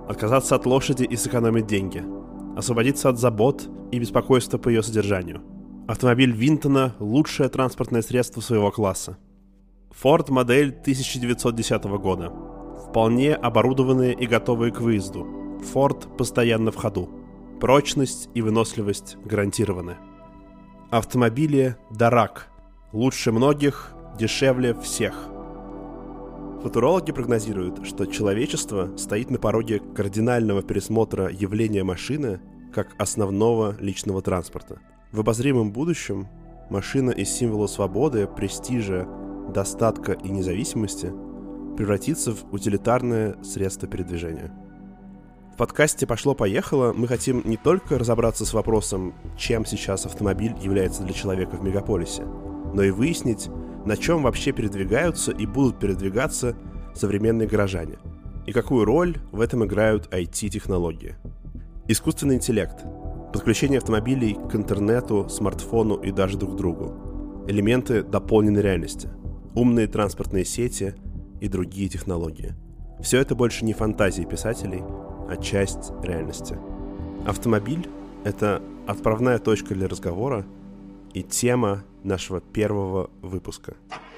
отказаться от лошади и сэкономить деньги, освободиться от забот и беспокойства по ее содержанию. Автомобиль Винтона – лучшее транспортное средство своего класса. Ford модель 1910 года. Вполне оборудованные и готовые к выезду. Ford постоянно в ходу. Прочность и выносливость гарантированы. Автомобили Darracq. Лучше многих, дешевле всех. Футурологи прогнозируют, что человечество стоит на пороге кардинального пересмотра явления машины как основного личного транспорта. В обозримом будущем машина из символа свободы, престижа, достатка и независимости превратится в утилитарное средство передвижения. В подкасте «Пошло-поехало» мы хотим не только разобраться с вопросом, чем сейчас автомобиль является для человека в мегаполисе, но и выяснить, на чем вообще передвигаются и будут передвигаться современные горожане, и какую роль в этом играют IT-технологии. Искусственный интеллект, подключение автомобилей к интернету, смартфону и даже друг другу, элементы дополненной реальности, умные транспортные сети и другие технологии. Все это больше не фантазии писателей, а часть реальности. Автомобиль — это отправная точка для разговора и тема нашего первого выпуска.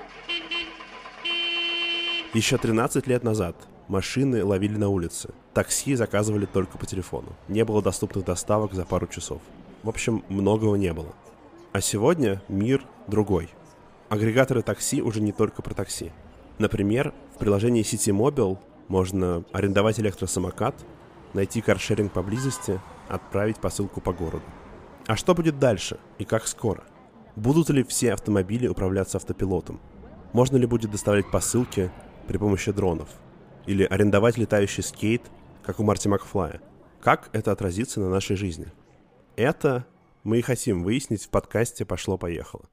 Еще 13 лет назад машины ловили на улице, такси заказывали только по телефону, не было доступных доставок за пару часов. В общем, многого не было. А сегодня мир другой. Агрегаторы такси уже не только про такси. Например, в приложении Citymobile можно арендовать электросамокат, найти каршеринг поблизости, отправить посылку по городу. А что будет дальше и как скоро? Будут ли все автомобили управляться автопилотом? Можно ли будет доставлять посылки при помощи дронов? Или арендовать летающий скейт, как у Марти Макфлая? Как это отразится на нашей жизни? Это мы и хотим выяснить в подкасте «Пошло-поехало».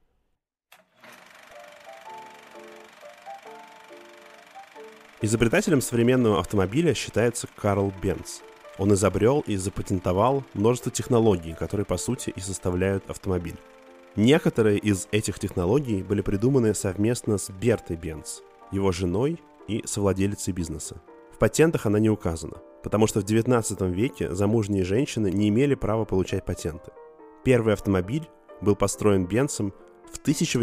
Изобретателем современного автомобиля считается Карл Бенц. Он изобрел и запатентовал множество технологий, которые по сути и составляют автомобиль. Некоторые из этих технологий были придуманы совместно с Бертой Бенц, его женой и совладелицей бизнеса. В патентах она не указана, потому что в XIX веке замужние женщины не имели права получать патенты. Первый автомобиль был построен Бенцем в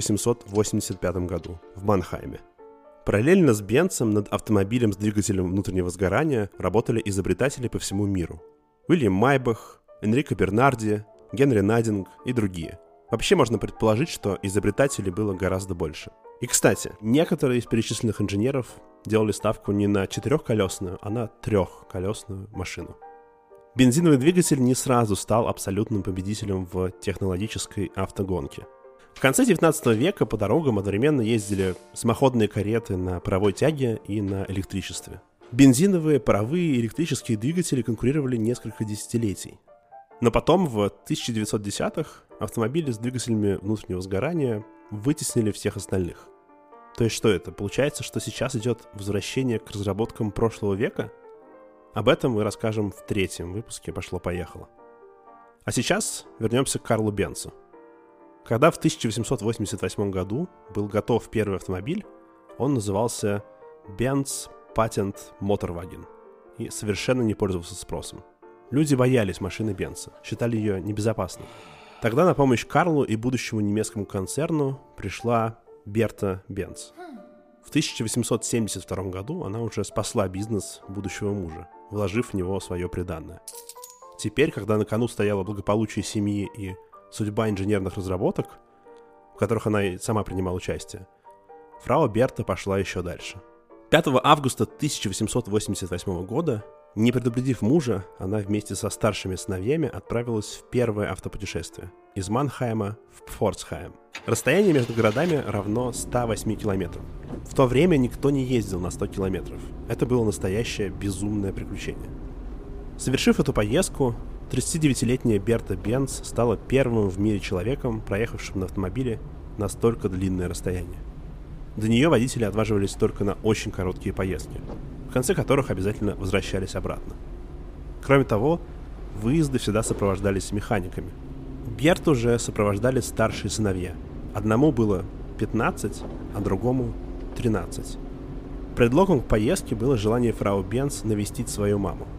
1885 году в Маннхайме. Параллельно с Бенцем над автомобилем с двигателем внутреннего сгорания работали изобретатели по всему миру. Уильям Майбах, Энрико Бернарди, Генри Надинг и другие. Вообще можно предположить, что изобретателей было гораздо больше. И, кстати, некоторые из перечисленных инженеров делали ставку не на четырехколесную, а на трехколесную машину. Бензиновый двигатель не сразу стал абсолютным победителем в технологической автогонке. В конце 19 века по дорогам одновременно ездили самоходные кареты на паровой тяге и на электричестве. Бензиновые, паровые и электрические двигатели конкурировали несколько десятилетий. Но потом, в 1910-х, автомобили с двигателями внутреннего сгорания вытеснили всех остальных. То есть что это? Получается, что сейчас идет возвращение к разработкам прошлого века? Об этом мы расскажем в третьем выпуске «Пошло-поехало». А сейчас вернемся к Карлу Бенцу. Когда в 1888 году был готов первый автомобиль, он назывался Benz Patent Motorwagen и совершенно не пользовался спросом. Люди боялись машины Бенца, считали ее небезопасной. Тогда на помощь Карлу и будущему немецкому концерну пришла Берта Бенц. В 1872 году она уже спасла бизнес будущего мужа, вложив в него свое приданное. Теперь, когда на кону стояло благополучие семьи и судьба инженерных разработок, в которых она и сама принимала участие, фрау Берта пошла еще дальше. 5 августа 1888 года, не предупредив мужа, она вместе со старшими сыновьями отправилась в первое автопутешествие из Маннхайма в Пфорцхайм. Расстояние между городами равно 108 километрам. В то время никто не ездил на 100 километров. Это было настоящее безумное приключение. Совершив эту поездку, 39-летняя Берта Бенц стала первым в мире человеком, проехавшим на автомобиле настолько длинное расстояние. До нее водители отваживались только на очень короткие поездки, в конце которых обязательно возвращались обратно. Кроме того, выезды всегда сопровождались механиками. Берту же сопровождали старшие сыновья. Одному было 15, а другому 13. Предлогом к поездке было желание фрау Бенц навестить свою маму.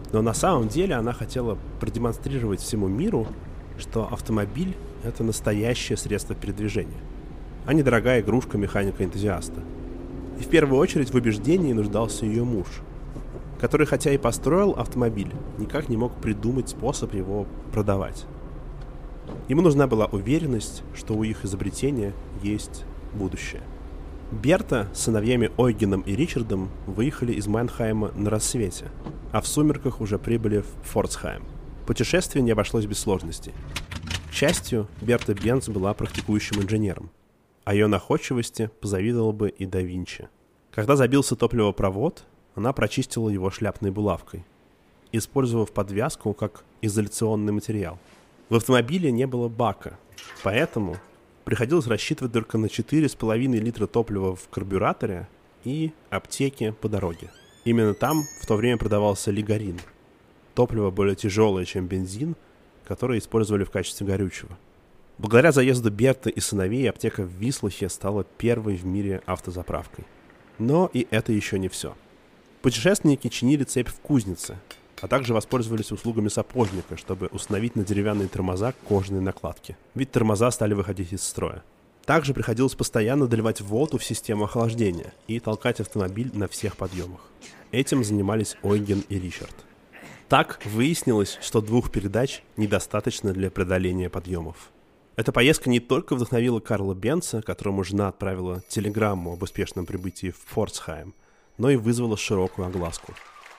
Но на самом деле она хотела продемонстрировать всему миру, что автомобиль — это настоящее средство передвижения, а не дорогая игрушка механика-энтузиаста. И в первую очередь в убеждении нуждался ее муж, который, хотя и построил автомобиль, никак не мог придумать способ его продавать. Ему нужна была уверенность, что у их изобретения есть будущее. Берта с сыновьями Ойгеном и Ричардом выехали из Манхайма на рассвете, а в сумерках уже прибыли в Форцхайм. Путешествие не обошлось без сложностей. К счастью, Берта Бенц была практикующим инженером, а ее находчивости позавидовал бы и да Винчи. Когда забился топливопровод, она прочистила его шляпной булавкой, использовав подвязку как изоляционный материал. В автомобиле не было бака, поэтому приходилось рассчитывать только на 4,5 литра топлива в карбюраторе и аптеке по дороге. Именно там в то время продавался лигарин, топливо более тяжелое, чем бензин, которое использовали в качестве горючего. Благодаря заезду Берты и сыновей аптека в Вислухе стала первой в мире автозаправкой. Но и это еще не все. Путешественники чинили цепь в кузнице, а также воспользовались услугами сапожника, чтобы установить на деревянные тормоза кожаные накладки, ведь тормоза стали выходить из строя. Также приходилось постоянно доливать воду в систему охлаждения и толкать автомобиль на всех подъемах. Этим занимались Ойген и Ричард. Так выяснилось, что 2 передач недостаточно для преодоления подъемов. Эта поездка не только вдохновила Карла Бенца, которому жена отправила телеграмму об успешном прибытии в Форцхайм, но и вызвала широкую огласку.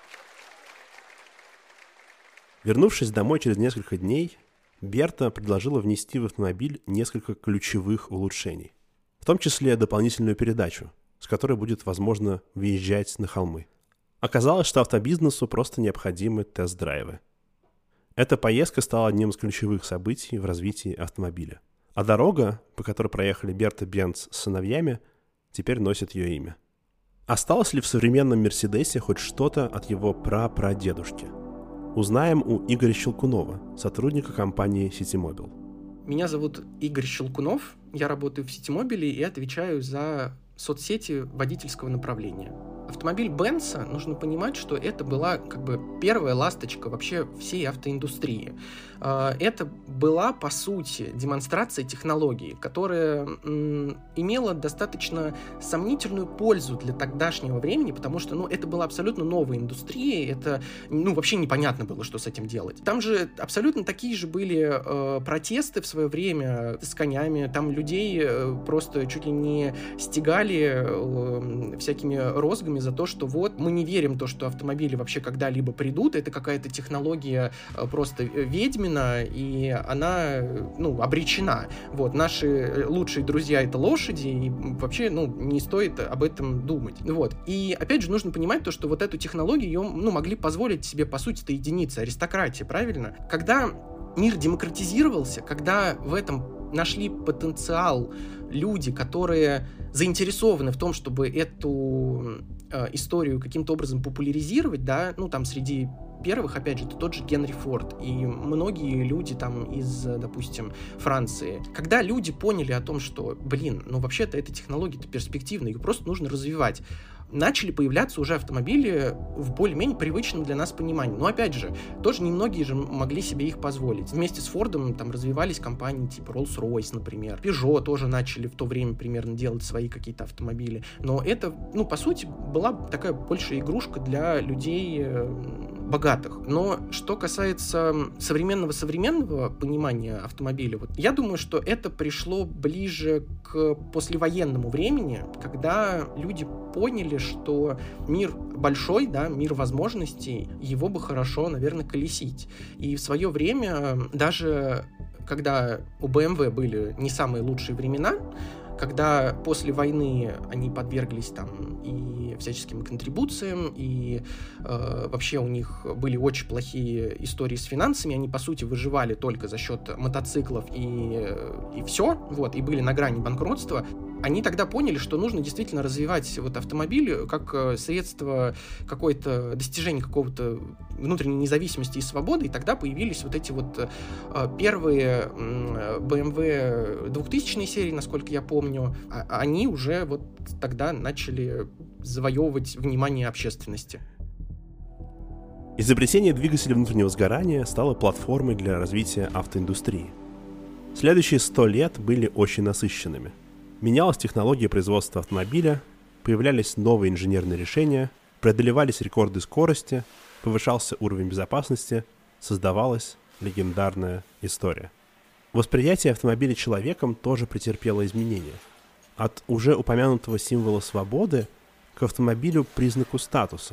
Вернувшись домой через несколько дней, Берта предложила внести в автомобиль несколько ключевых улучшений, в том числе дополнительную передачу, с которой будет возможно въезжать на холмы. Оказалось, что автобизнесу просто необходимы тест-драйвы. Эта поездка стала одним из ключевых событий в развитии автомобиля. А дорога, по которой проехали Берта Бенц с сыновьями, теперь носит ее имя. Осталось ли в современном Мерседесе хоть что-то от его прапрадедушки? Узнаем у Игоря Щелкунова, сотрудника компании Ситимобил. Меня зовут Игорь Щелкунов, я работаю в Ситимобиле и отвечаю за соцсети водительского направления. Автомобиль Бенца, нужно понимать, что это была как бы первая ласточка вообще всей автоиндустрии. Это была, по сути, демонстрация технологии, которая имела достаточно сомнительную пользу для тогдашнего времени, потому что, это была абсолютно новая индустрия, это, вообще непонятно было, что с этим делать. Там же абсолютно такие же были протесты в свое время с конями, там людей просто чуть ли не стегали всякими розгами за то, что вот мы не верим в то, что автомобили вообще когда-либо придут, это какая-то технология просто ведьмина, и она, обречена. Вот, наши лучшие друзья — это лошади, и вообще, не стоит об этом думать. Вот. И, опять же, нужно понимать то, что вот эту технологию ее, могли позволить себе, по сути, это единицы, аристократия, правильно? Когда мир демократизировался, когда в этом нашли потенциал люди, которые заинтересованы в том, чтобы эту историю каким-то образом популяризировать, да, среди первых, опять же, это тот же Генри Форд и многие люди там из, допустим, Франции. Когда люди поняли о том, что, вообще-то эта технология-то перспективная, ее просто нужно развивать, начали появляться уже автомобили в более-менее привычном для нас понимании. Но, опять же, тоже немногие же могли себе их позволить. Вместе с Фордом там развивались компании типа Rolls-Royce, например. Peugeot тоже начали в то время примерно делать свои какие-то автомобили. Но это, по сути, была такая больше игрушка для людей богатых. Но что касается современного понимания автомобиля, я думаю, что это пришло ближе к послевоенному времени, когда люди поняли, что мир большой, да, мир возможностей, его бы хорошо, наверное, колесить. И в свое время, даже когда у BMW были не самые лучшие времена, когда после войны они подверглись там и всяческим контрибуциям, и вообще у них были очень плохие истории с финансами, они, по сути, выживали только за счет мотоциклов и все, и были на грани банкротства. Они тогда поняли, что нужно действительно развивать автомобиль как средство какое-то достижения какого-то внутренней независимости и свободы, и тогда появились эти первые BMW 2000 серии, насколько я помню, они уже тогда начали завоевывать внимание общественности. Изобретение двигателя внутреннего сгорания стало платформой для развития автоиндустрии. Следующие 100 лет были очень насыщенными. Менялась технология производства автомобиля, появлялись новые инженерные решения, преодолевались рекорды скорости, повышался уровень безопасности, создавалась легендарная история. Восприятие автомобиля человеком тоже претерпело изменения. От уже упомянутого символа свободы к автомобилю признаку статуса,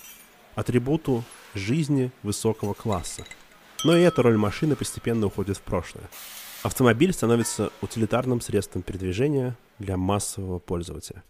атрибуту жизни высокого класса. Но и эта роль машины постепенно уходит в прошлое. Автомобиль становится утилитарным средством передвижения для массового пользователя.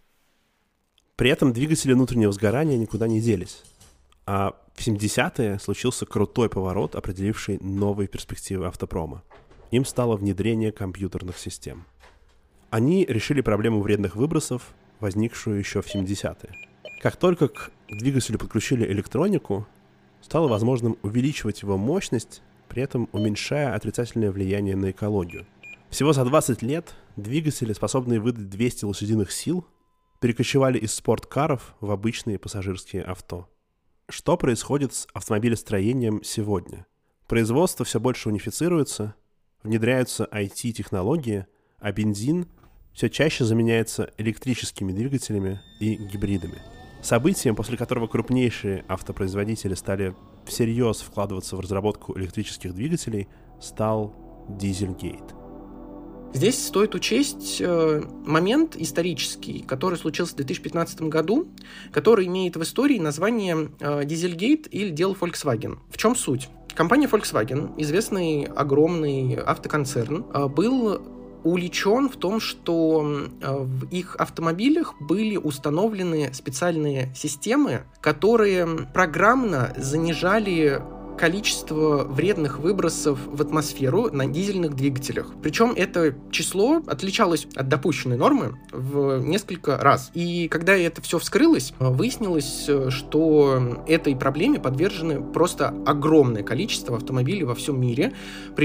При этом двигатели внутреннего сгорания никуда не делись. А в 70-е случился крутой поворот, определивший новые перспективы автопрома. Им стало внедрение компьютерных систем. Они решили проблему вредных выбросов, возникшую еще в 70-е. Как только к двигателю подключили электронику, стало возможным увеличивать его мощность, при этом уменьшая отрицательное влияние на экологию. Всего за 20 лет двигатели, способные выдать 200 лошадиных сил, перекочевали из спорткаров в обычные пассажирские авто. Что происходит с автомобилестроением сегодня? Производство все больше унифицируется, внедряются IT-технологии, а бензин все чаще заменяется электрическими двигателями и гибридами. Событием, после которого крупнейшие автопроизводители стали всерьез вкладываться в разработку электрических двигателей, стал Дизельгейт. Здесь стоит учесть момент исторический, который случился в 2015 году, который имеет в истории название Дизельгейт или дело Volkswagen. В чем суть? Компания Volkswagen, известный огромный автоконцерн, был увлечен в том, что в их автомобилях были установлены специальные системы, которые программно занижали количество вредных выбросов в атмосферу на дизельных двигателях. Причем это число отличалось от допущенной нормы в несколько раз. И когда это все вскрылось, выяснилось, что этой проблеме подвержены просто огромное количество автомобилей во всем мире.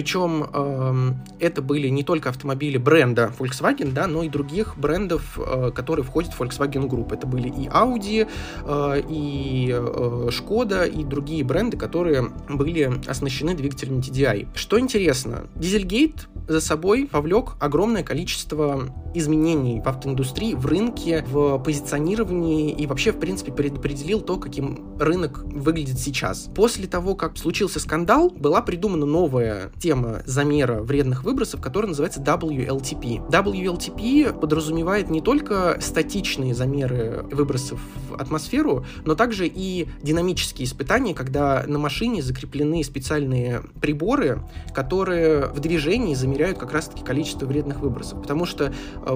Причем это были не только автомобили бренда Volkswagen, да, но и других брендов, которые входят в Volkswagen Group. Это были и Audi, и Skoda, и другие бренды, которые были оснащены двигателями TDI. Что интересно, Дизельгейт за собой повлек огромное количество изменений в автоиндустрии, в рынке, в позиционировании и вообще, в принципе, предопределил то, каким рынок выглядит сейчас. После того, как случился скандал, была придумана новая тема замера вредных выбросов, которая называется WLTP. WLTP подразумевает не только статичные замеры выбросов в атмосферу, но также и динамические испытания, когда на машине закреплены специальные приборы, которые в движении замеряют как раз-таки количество вредных выбросов. Потому что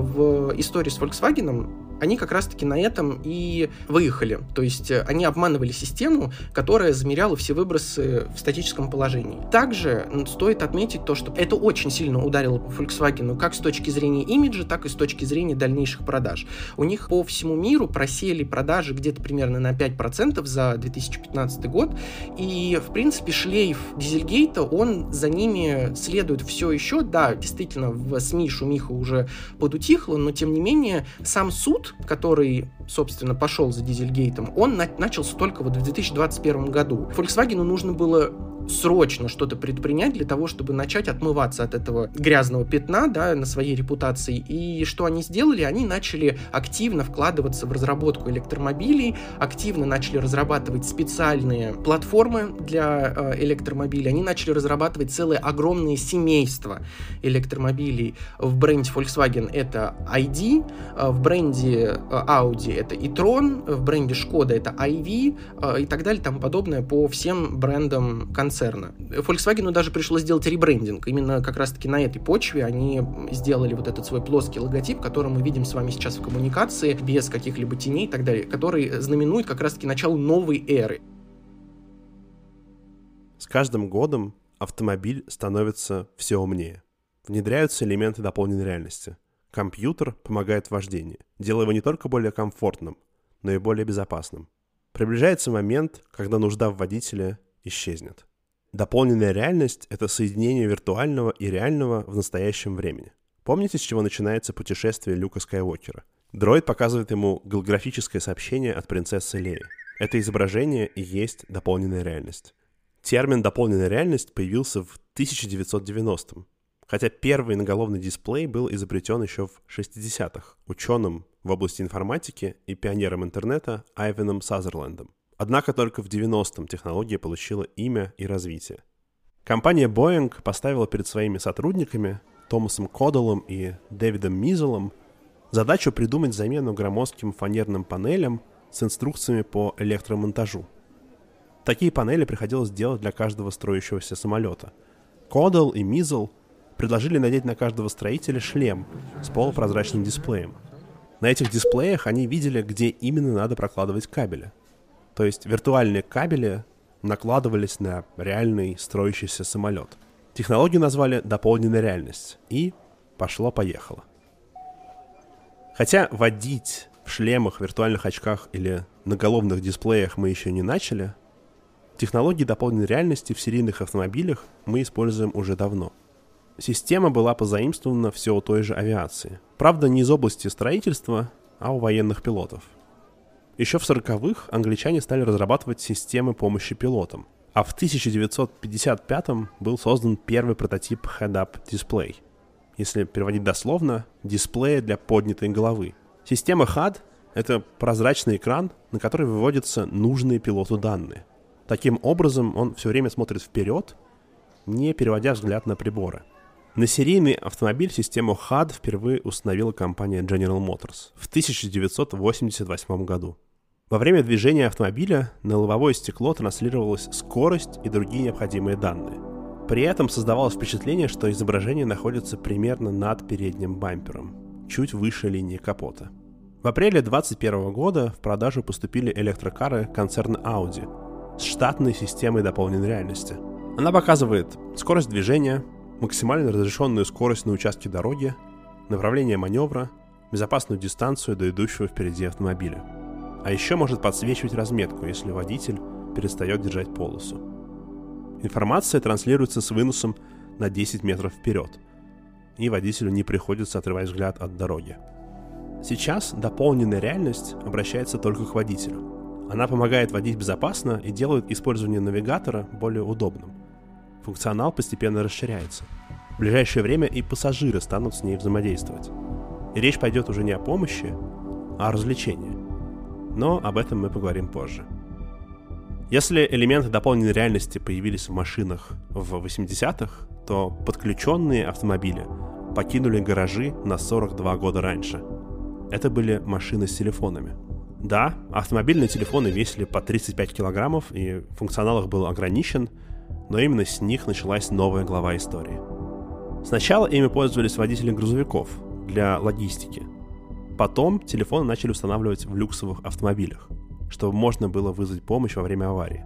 в истории с Volkswagen они как раз-таки на этом и выехали. То есть они обманывали систему, которая замеряла все выбросы в статическом положении. Также стоит отметить то, что это очень сильно ударило по Volkswagen как с точки зрения имиджа, так и с точки зрения дальнейших продаж. У них по всему миру просели продажи где-то примерно на 5% за 2015 год. И, в принципе, шлейф Дизельгейта, он за ними следует все еще. Да, действительно, в СМИ шумиха уже подутихла, но, тем не менее, сам суд, который, собственно, пошел за Дизельгейтом, он начался только вот в 2021 году. Volkswagen нужно было срочно что-то предпринять для того, чтобы начать отмываться от этого грязного пятна, да, на своей репутации. И что они сделали? Они начали активно вкладываться в разработку электромобилей, активно начали разрабатывать специальные платформы для электромобилей, они начали разрабатывать целые огромные семейства электромобилей. В бренде Volkswagen это ID, в бренде Audi это e-tron, в бренде Skoda это iV и так далее, тому подобное по всем брендам концерна. Volkswagen даже пришлось сделать ребрендинг. Именно как раз-таки на этой почве они сделали вот этот свой плоский логотип, который мы видим с вами сейчас в коммуникации, без каких-либо теней и так далее, который знаменует как раз-таки начало новой эры. С каждым годом автомобиль становится все умнее. Внедряются элементы дополненной реальности. Компьютер помогает в вождении, делая его не только более комфортным, но и более безопасным. Приближается момент, когда нужда в водителе исчезнет. Дополненная реальность — это соединение виртуального и реального в настоящем времени. Помните, с чего начинается путешествие Люка Скайуокера? Дроид показывает ему голографическое сообщение от принцессы Леи. Это изображение и есть дополненная реальность. Термин «дополненная реальность» появился в 1990-м, хотя первый наголовный дисплей был изобретен еще в 60-х ученым в области информатики и пионером интернета Айвеном Сазерлендом. Однако только в 90-м технология получила имя и развитие. Компания Boeing поставила перед своими сотрудниками Томасом Кодалом и Дэвидом Мизелом задачу придумать замену громоздким фанерным панелям с инструкциями по электромонтажу. Такие панели приходилось делать для каждого строящегося самолета. Кодал и Мизел предложили надеть на каждого строителя шлем с полупрозрачным дисплеем. На этих дисплеях они видели, где именно надо прокладывать кабели. То есть виртуальные кабели накладывались на реальный строящийся самолет. Технологию назвали «дополненная реальность», и пошло-поехало. Хотя водить в шлемах, виртуальных очках или наголовных дисплеях мы еще не начали, технологии дополненной реальности в серийных автомобилях мы используем уже давно. Система была позаимствована все у той же авиации. Правда, не из области строительства, а у военных пилотов. Еще в 40-х англичане стали разрабатывать системы помощи пилотам, а в 1955-м был создан первый прототип Head-Up Display. Если переводить дословно, дисплея для поднятой головы. Система HUD — это прозрачный экран, на который выводятся нужные пилоту данные. Таким образом, он все время смотрит вперед, не переводя взгляд на приборы. На серийный автомобиль систему HUD впервые установила компания General Motors в 1988 году. Во время движения автомобиля на лобовое стекло транслировалась скорость и другие необходимые данные. При этом создавалось впечатление, что изображение находится примерно над передним бампером, чуть выше линии капота. В апреле 2021 года в продажу поступили электрокары концерна Audi с штатной системой дополненной реальности. Она показывает скорость движения, максимально разрешенную скорость на участке дороги, направление маневра, безопасную дистанцию до идущего впереди автомобиля. А еще может подсвечивать разметку, если водитель перестает держать полосу. Информация транслируется с выносом на 10 метров вперед, и водителю не приходится отрывать взгляд от дороги. Сейчас дополненная реальность обращается только к водителю. Она помогает водить безопасно и делает использование навигатора более удобным. Функционал постепенно расширяется. В ближайшее время и пассажиры станут с ней взаимодействовать. И речь пойдет уже не о помощи, а о развлечении. Но об этом мы поговорим позже. Если элементы дополненной реальности появились в машинах в 80-х, то подключенные автомобили покинули гаражи на 42 года раньше. Это были машины с телефонами. Да, автомобильные телефоны весили по 35 килограммов, и функционал их был ограничен, но именно с них началась новая глава истории. Сначала ими пользовались водители грузовиков для логистики. Потом телефоны начали устанавливать в люксовых автомобилях, чтобы можно было вызвать помощь во время аварии.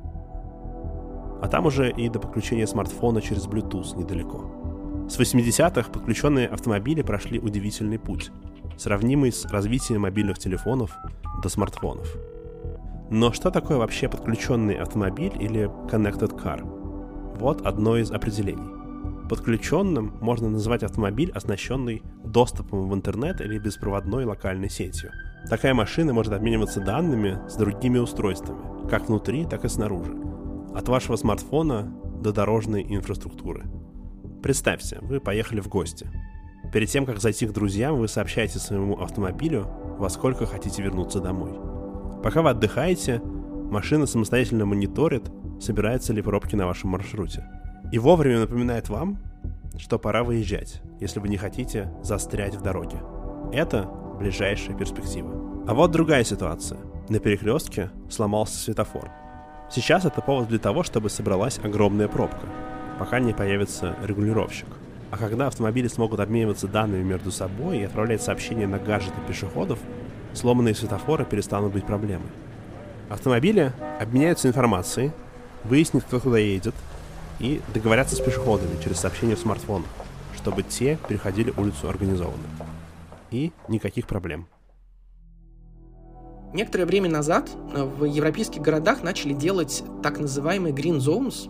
А там уже и до подключения смартфона через Bluetooth недалеко. С 80-х подключенные автомобили прошли удивительный путь, сравнимый с развитием мобильных телефонов до смартфонов. Но что такое вообще подключенный автомобиль или connected car? Вот одно из определений. Подключенным можно назвать автомобиль, оснащенный доступом в интернет или беспроводной локальной сетью. Такая машина может обмениваться данными с другими устройствами, как внутри, так и снаружи. От вашего смартфона до дорожной инфраструктуры. Представьте, вы поехали в гости. Перед тем, как зайти к друзьям, вы сообщаете своему автомобилю, во сколько хотите вернуться домой. Пока вы отдыхаете, машина самостоятельно мониторит, собираются ли пробки на вашем маршруте. И вовремя напоминает вам, что пора выезжать, если вы не хотите застрять в дороге. Это ближайшая перспектива. А вот другая ситуация. На перекрестке сломался светофор. Сейчас это повод для того, чтобы собралась огромная пробка, пока не появится регулировщик. А когда автомобили смогут обмениваться данными между собой и отправлять сообщения на гаджеты пешеходов, сломанные светофоры перестанут быть проблемой. Автомобили обменяются информацией, выяснят, кто туда едет, и договорятся с пешеходами через сообщения в смартфонах, чтобы те переходили улицу организованно. И никаких проблем. Некоторое время назад в европейских городах начали делать так называемые green zones.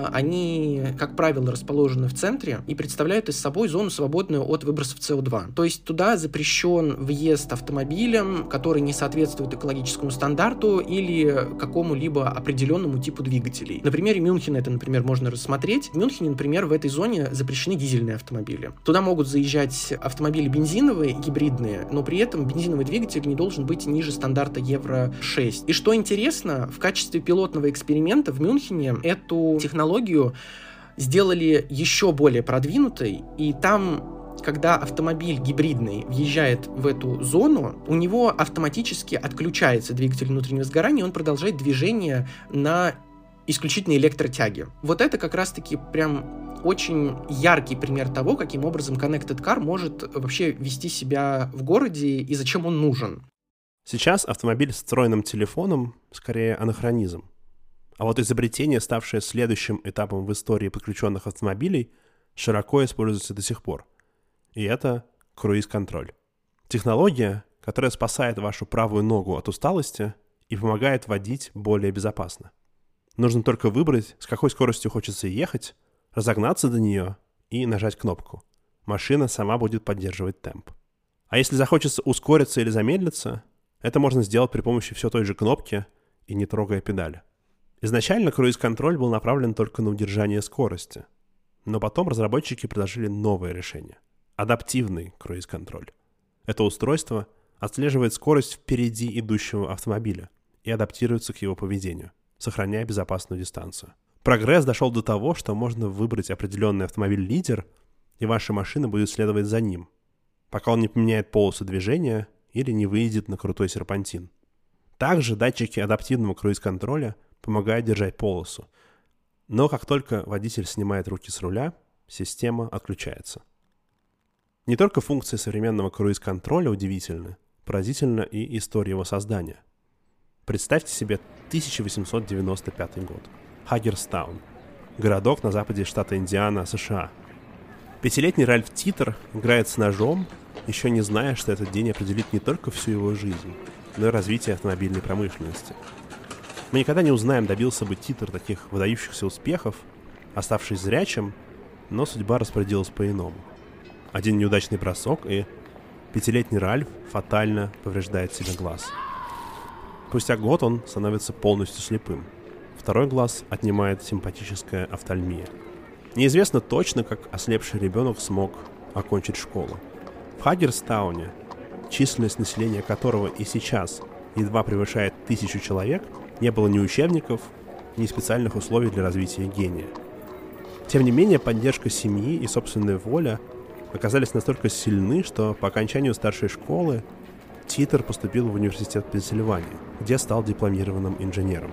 Они, как правило, расположены в центре и представляют из собой зону, свободную от выбросов СО2. То есть туда запрещен въезд автомобилям, которые не соответствуют экологическому стандарту или какому-либо определенному типу двигателей. На примере Мюнхена это, например, можно рассмотреть. В Мюнхене, например, в этой зоне запрещены дизельные автомобили. Туда могут заезжать автомобили бензиновые, гибридные, но при этом бензиновый двигатель не должен быть ниже стандарта Евро-6. И что интересно, в качестве пилотного эксперимента в Мюнхене эту технологию сделали еще более продвинутой, и там, когда автомобиль гибридный въезжает в эту зону, у него автоматически отключается двигатель внутреннего сгорания, и он продолжает движение на исключительно электротяге. Вот это как раз-таки прям очень яркий пример того, каким образом Connected Car может вообще вести себя в городе и зачем он нужен. Сейчас автомобиль с встроенным телефоном скорее анахронизм. А вот изобретение, ставшее следующим этапом в истории подключенных автомобилей, широко используется до сих пор. И это круиз-контроль. Технология, которая спасает вашу правую ногу от усталости и помогает водить более безопасно. Нужно только выбрать, с какой скоростью хочется ехать, разогнаться до нее и нажать кнопку. Машина сама будет поддерживать темп. А если захочется ускориться или замедлиться, это можно сделать при помощи все той же кнопки и не трогая педали. Изначально круиз-контроль был направлен только на удержание скорости, но потом разработчики предложили новое решение – адаптивный круиз-контроль. Это устройство отслеживает скорость впереди идущего автомобиля и адаптируется к его поведению, сохраняя безопасную дистанцию. Прогресс дошел до того, что можно выбрать определенный автомобиль-лидер, и ваша машина будет следовать за ним, пока он не поменяет полосу движения или не выйдет на крутой серпантин. Также датчики адаптивного круиз-контроля помогают держать полосу, но как только водитель снимает руки с руля, система отключается. Не только функции современного круиз-контроля удивительны, поразительна и история его создания. Представьте себе 1895 год. Хаггерстаун, городок на западе штата Индиана, США. 5-летний Ральф Титер играет с ножом, еще не зная, что этот день определит не только всю его жизнь, но и развитие автомобильной промышленности. Мы никогда не узнаем, добился бы Титер таких выдающихся успехов, оставшись зрячим, но судьба распорядилась по-иному. Один неудачный бросок, и 5-летний Ральф фатально повреждает себе глаз. Спустя год он становится полностью слепым. Второй глаз отнимает симпатическая офтальмия. Неизвестно точно, как ослепший ребенок смог окончить школу. В Хаггерстауне, численность населения которого и сейчас едва превышает 1000 человек, не было ни учебников, ни специальных условий для развития гения. Тем не менее, поддержка семьи и собственная воля оказались настолько сильны, что по окончанию старшей школы Титер поступил в университет Пенсильвании, где стал дипломированным инженером.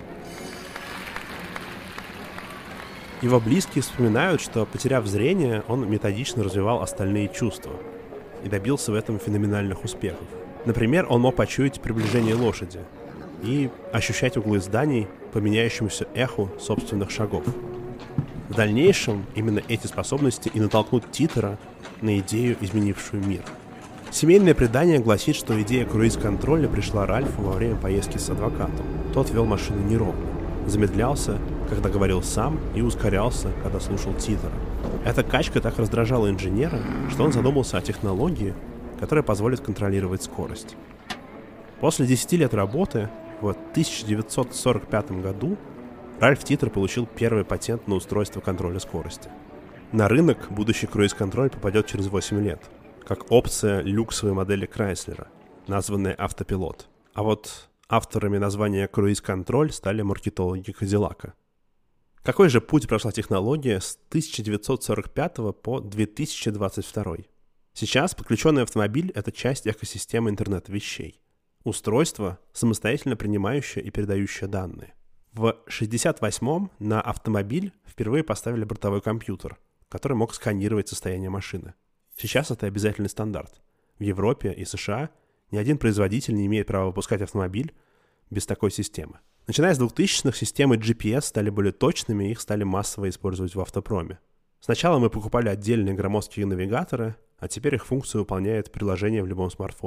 Его близкие вспоминают, что, потеряв зрение, он методично развивал остальные чувства и добился в этом феноменальных успехов. Например, он мог почуять приближение лошади и ощущать углы зданий по меняющемуся эху собственных шагов. В дальнейшем именно эти способности и натолкнут Титера на идею, изменившую мир. Семейное предание гласит, что идея круиз-контроля пришла Ральфу во время поездки с адвокатом. Тот вел машину неровно, замедлялся, когда говорил сам, и ускорялся, когда слушал Титера. Эта качка так раздражала инженера, что он задумался о технологии, которая позволит контролировать скорость. После 10 лет работы, в 1945 году, Ральф Титер получил первый патент на устройство контроля скорости. На рынок будущий круиз-контроль попадет через 8 лет, как опция люксовой модели Крайслера, названная «Автопилот». А вот авторами названия «Круиз-контроль» стали маркетологи Кадиллака. Какой же путь прошла технология с 1945 по 2022? Сейчас подключенный автомобиль — это часть экосистемы интернета вещей. Устройство, самостоятельно принимающее и передающее данные. В 1968-м на автомобиль впервые поставили бортовой компьютер, который мог сканировать состояние машины. Сейчас это обязательный стандарт. В Европе и США ни один производитель не имеет права выпускать автомобиль без такой системы. Начиная с 2000-х системы GPS стали более точными, и их стали массово использовать в автопроме. Сначала мы покупали отдельные громоздкие навигаторы, а теперь их функцию выполняет приложение в любом смартфоне.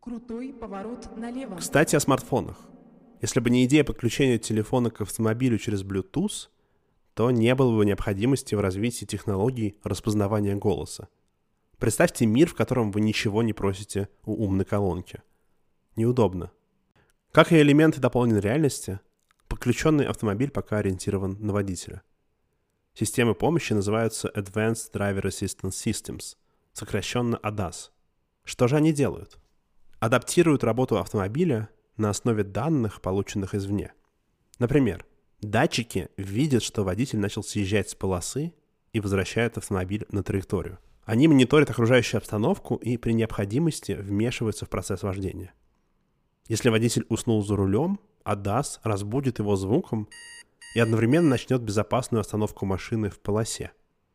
Крутой поворот налево. Кстати, о смартфонах. Если бы не идея подключения телефона к автомобилю через Bluetooth, то не было бы необходимости в развитии технологий распознавания голоса. Представьте мир, в котором вы ничего не просите у умной колонки. Неудобно. Как и элементы дополненной реальности, подключенный автомобиль пока ориентирован на водителя. Системы помощи называются Advanced Driver Assistance Systems, сокращенно ADAS. Что же они делают? Адаптируют работу автомобиля на основе данных, полученных извне. Например, датчики видят, что водитель начал съезжать с полосы и возвращают автомобиль на траекторию. Они мониторят окружающую обстановку и при необходимости вмешиваются в процесс вождения. Если водитель уснул за рулем, ADAS разбудит его звуком и одновременно начнет безопасную остановку машины в полосе.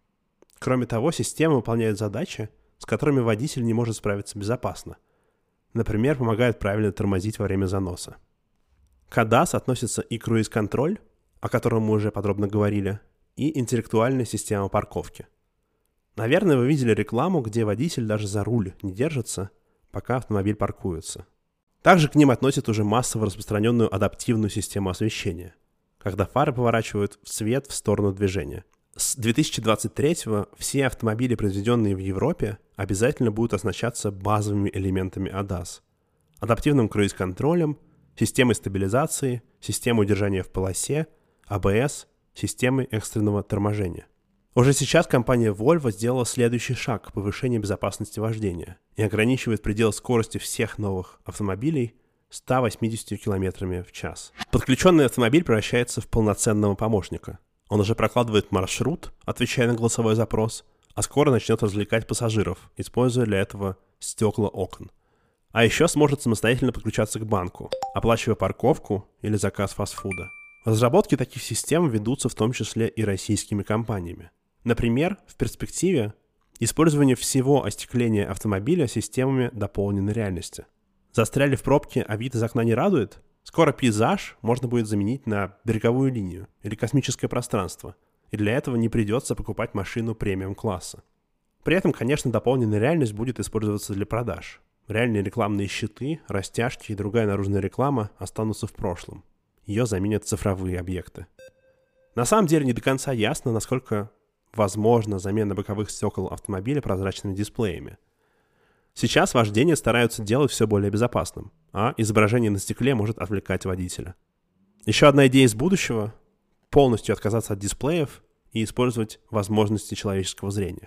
Кроме того, система выполняет задачи, с которыми водитель не может справиться безопасно. Например, помогает правильно тормозить во время заноса. К ADAS относятся и круиз-контроль, о котором мы уже подробно говорили, и интеллектуальная система парковки. Наверное, вы видели рекламу, где водитель даже за руль не держится, пока автомобиль паркуется. Также к ним относят уже массово распространенную адаптивную систему освещения, когда фары поворачивают свет в сторону движения. С 2023-го все автомобили, произведенные в Европе, обязательно будут оснащаться базовыми элементами ADAS: адаптивным круиз-контролем, системой стабилизации, системой удержания в полосе, ABS, системой экстренного торможения. Уже сейчас компания Volvo сделала следующий шаг к повышению безопасности вождения и ограничивает предел скорости всех новых автомобилей 180 км в час. Подключенный автомобиль превращается в полноценного помощника. Он уже прокладывает маршрут, отвечая на голосовой запрос, а скоро начнет развлекать пассажиров, используя для этого стекла окон. А еще сможет самостоятельно подключаться к банку, оплачивая парковку или заказ фастфуда. Разработки таких систем ведутся в том числе и российскими компаниями. Например, в перспективе использование всего остекления автомобиля системами дополненной реальности. Застряли в пробке, а вид из окна не радует? Скоро пейзаж можно будет заменить на береговую линию или космическое пространство, и для этого не придется покупать машину премиум-класса. При этом, конечно, дополненная реальность будет использоваться для продаж. Реальные рекламные щиты, растяжки и другая наружная реклама останутся в прошлом. Ее заменят цифровые объекты. На самом деле не до конца ясно, насколько возможна замена боковых стекол автомобиля прозрачными дисплеями. Сейчас вождение стараются делать все более безопасным, а изображение на стекле может отвлекать водителя. Еще одна идея из будущего – полностью отказаться от дисплеев и использовать возможности человеческого зрения.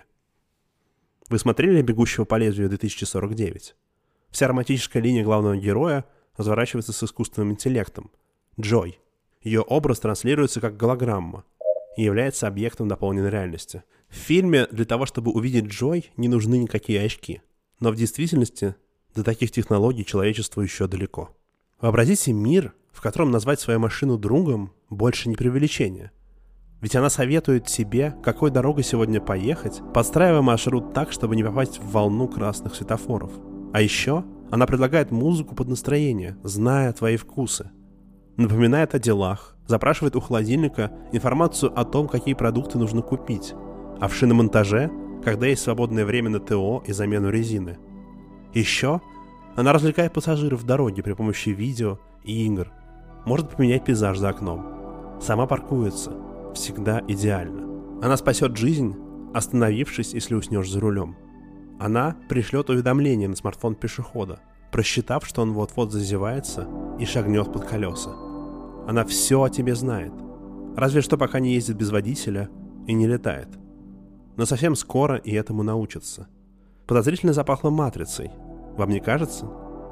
Вы смотрели «Бегущего по лезвию» 2049? Вся романтическая линия главного героя разворачивается с искусственным интеллектом – Джой. Ее образ транслируется как голограмма и является объектом дополненной реальности. В фильме для того, чтобы увидеть Джой, не нужны никакие очки. Но в действительности до таких технологий человечеству еще далеко. Вообразите мир, в котором назвать свою машину другом больше не преувеличение. Ведь она советует тебе, какой дорогой сегодня поехать, подстраивая маршрут так, чтобы не попасть в волну красных светофоров. А еще она предлагает музыку под настроение, зная твои вкусы. Напоминает о делах, запрашивает у холодильника информацию о том, какие продукты нужно купить, а в шиномонтаже, когда есть свободное время на ТО и замену резины. Еще она развлекает пассажиров в дороге при помощи видео и игр, может поменять пейзаж за окном. Сама паркуется, всегда идеально. Она спасет жизнь, остановившись, если уснешь за рулем. Она пришлет уведомление на смартфон пешехода, просчитав, что он вот-вот зазевается и шагнет под колеса. Она все о тебе знает. Разве что пока не ездит без водителя и не летает. Но совсем скоро и этому научатся. Подозрительно запахло матрицей. Вам не кажется?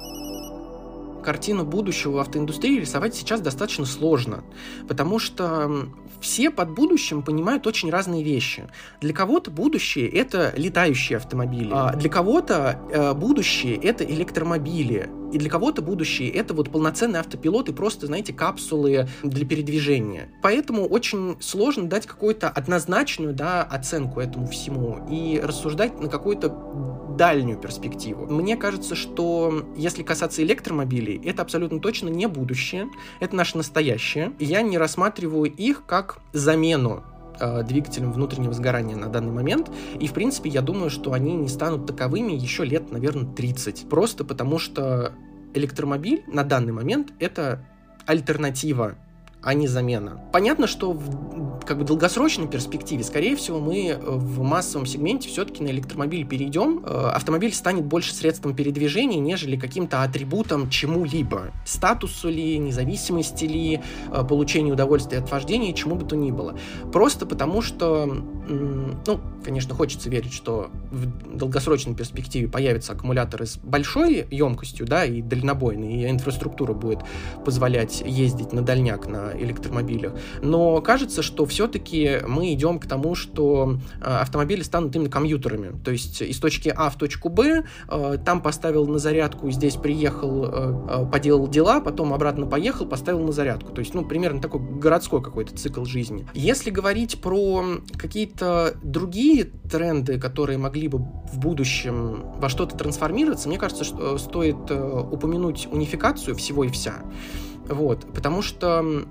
Картину будущего в автоиндустрии рисовать сейчас достаточно сложно, потому что все под будущим понимают очень разные вещи. Для кого-то будущее — это летающие автомобили, а для кого-то будущее — это электромобили, и для кого-то будущее — это вот полноценный автопилот и просто, знаете, капсулы для передвижения. Поэтому очень сложно дать какую-то однозначную, оценку этому всему и рассуждать на какую-то дальнюю перспективу. Мне кажется, что если касаться электромобилей, это абсолютно точно не будущее, это наше настоящее. И я не рассматриваю их как замену двигателем внутреннего сгорания на данный момент, и, в принципе, я думаю, что они не станут таковыми еще лет, наверное, 30. Просто потому что электромобиль на данный момент — это альтернатива, а не замена. Понятно, что в долгосрочной перспективе, скорее всего, мы в массовом сегменте все-таки на электромобиль перейдем. Автомобиль станет больше средством передвижения, нежели каким-то атрибутом чему-либо. Статусу ли, независимости ли, получению удовольствия от вождения, чему бы то ни было. Просто потому что, конечно, хочется верить, что в долгосрочной перспективе появятся аккумуляторы с большой емкостью, да, и дальнобойные, и инфраструктура будет позволять ездить на дальняк на электромобилях. Но кажется, что все-таки мы идем к тому, что автомобили станут именно компьютерами. То есть из точки А в точку Б, там поставил на зарядку, здесь приехал, поделал дела, потом обратно поехал, поставил на зарядку. То есть, примерно такой городской какой-то цикл жизни. Если говорить про какие-то другие тренды, которые могли бы в будущем во что-то трансформироваться, мне кажется, что стоит упомянуть унификацию всего и вся. Потому что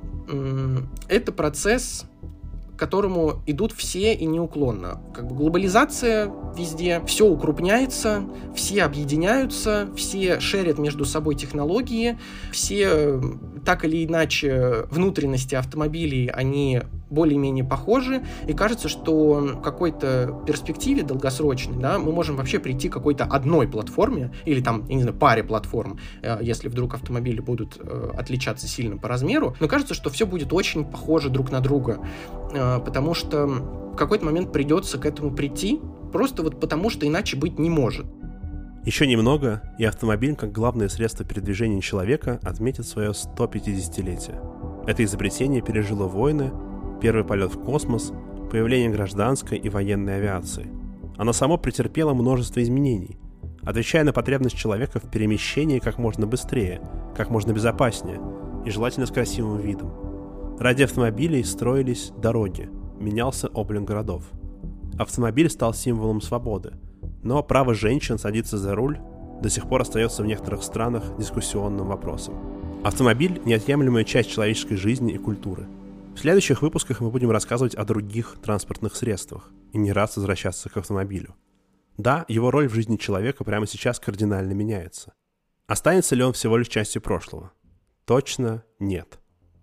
это процесс, к которому идут все и неуклонно. Глобализация везде, все укрупняется, все объединяются, все шерят между собой технологии, все так или иначе внутренности автомобилей, они более-менее похожи, и кажется, что в какой-то перспективе долгосрочной, да, мы можем вообще прийти к какой-то одной платформе, или там, я не знаю, паре платформ, если вдруг автомобили будут отличаться сильно по размеру, но кажется, что все будет очень похоже друг на друга, потому что в какой-то момент придется к этому прийти, просто потому что иначе быть не может. Еще немного, и автомобиль, как главное средство передвижения человека, отметит свое 150-летие. Это изобретение пережило войны, первый полет в космос, появление гражданской и военной авиации. Оно само претерпело множество изменений, отвечая на потребность человека в перемещении как можно быстрее, как можно безопаснее и желательно с красивым видом. Ради автомобилей строились дороги, менялся облик городов. Автомобиль стал символом свободы, но право женщин садиться за руль до сих пор остается в некоторых странах дискуссионным вопросом. Автомобиль – неотъемлемая часть человеческой жизни и культуры. В следующих выпусках мы будем рассказывать о других транспортных средствах и не раз возвращаться к автомобилю. Да, его роль в жизни человека прямо сейчас кардинально меняется. Останется ли он всего лишь частью прошлого? Точно нет.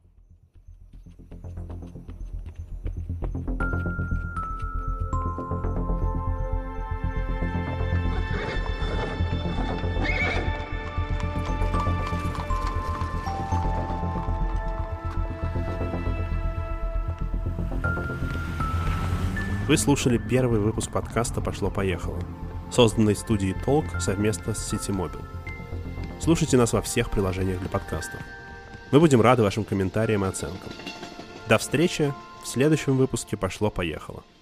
Вы слушали первый выпуск подкаста «Пошло-поехало», созданный студией Толк совместно с Ситимобил. Слушайте нас во всех приложениях для подкастов. Мы будем рады вашим комментариям и оценкам. До встречи в следующем выпуске «Пошло-поехало».